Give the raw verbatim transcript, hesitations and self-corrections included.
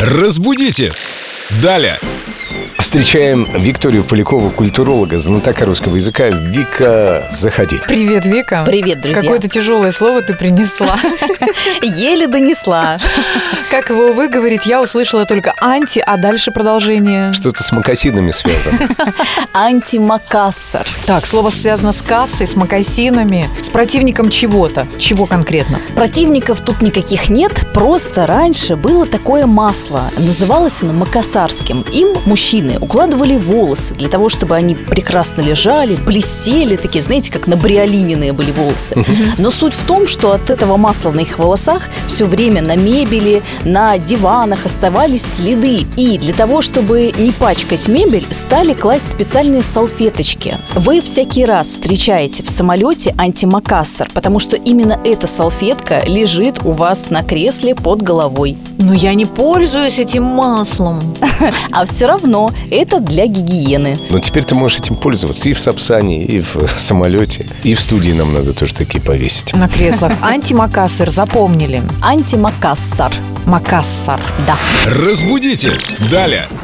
Разбудите! Далее! Встречаем Викторию Полякову, культуролога, знатока русского языка. Вика, заходи. Привет, Вика. Привет, друзья. Какое-то тяжелое слово ты принесла. Еле донесла. Как его выговорить, я услышала только анти, а дальше продолжение. Что-то с мокасинами связано. Антимакассар. Так, слово связано с кассой, с мокасинами, с противником чего-то. Чего конкретно? Противников тут никаких нет, просто раньше было такое масло. Называлось оно макасарским. Им мужчины укладывали волосы для того, чтобы они прекрасно лежали, блестели, такие, знаете, как набриолиненные были волосы. Но суть в том, что от этого масла на их волосах все время на мебели, на диванах оставались следы. И для того, чтобы не пачкать мебель, стали класть специальные салфеточки. Вы всякий раз встречаете в самолете антимакассар, потому что именно эта салфетка лежит у вас на кресле под головой. Но я не пользуюсь этим маслом. А все равно это для гигиены. Но теперь ты можешь этим пользоваться и в Сапсане, и в самолете, и в студии нам надо тоже такие повесить. На креслах. Антимакассар запомнили. Антимакассар. Макассар. Да. Разбудите! Далее!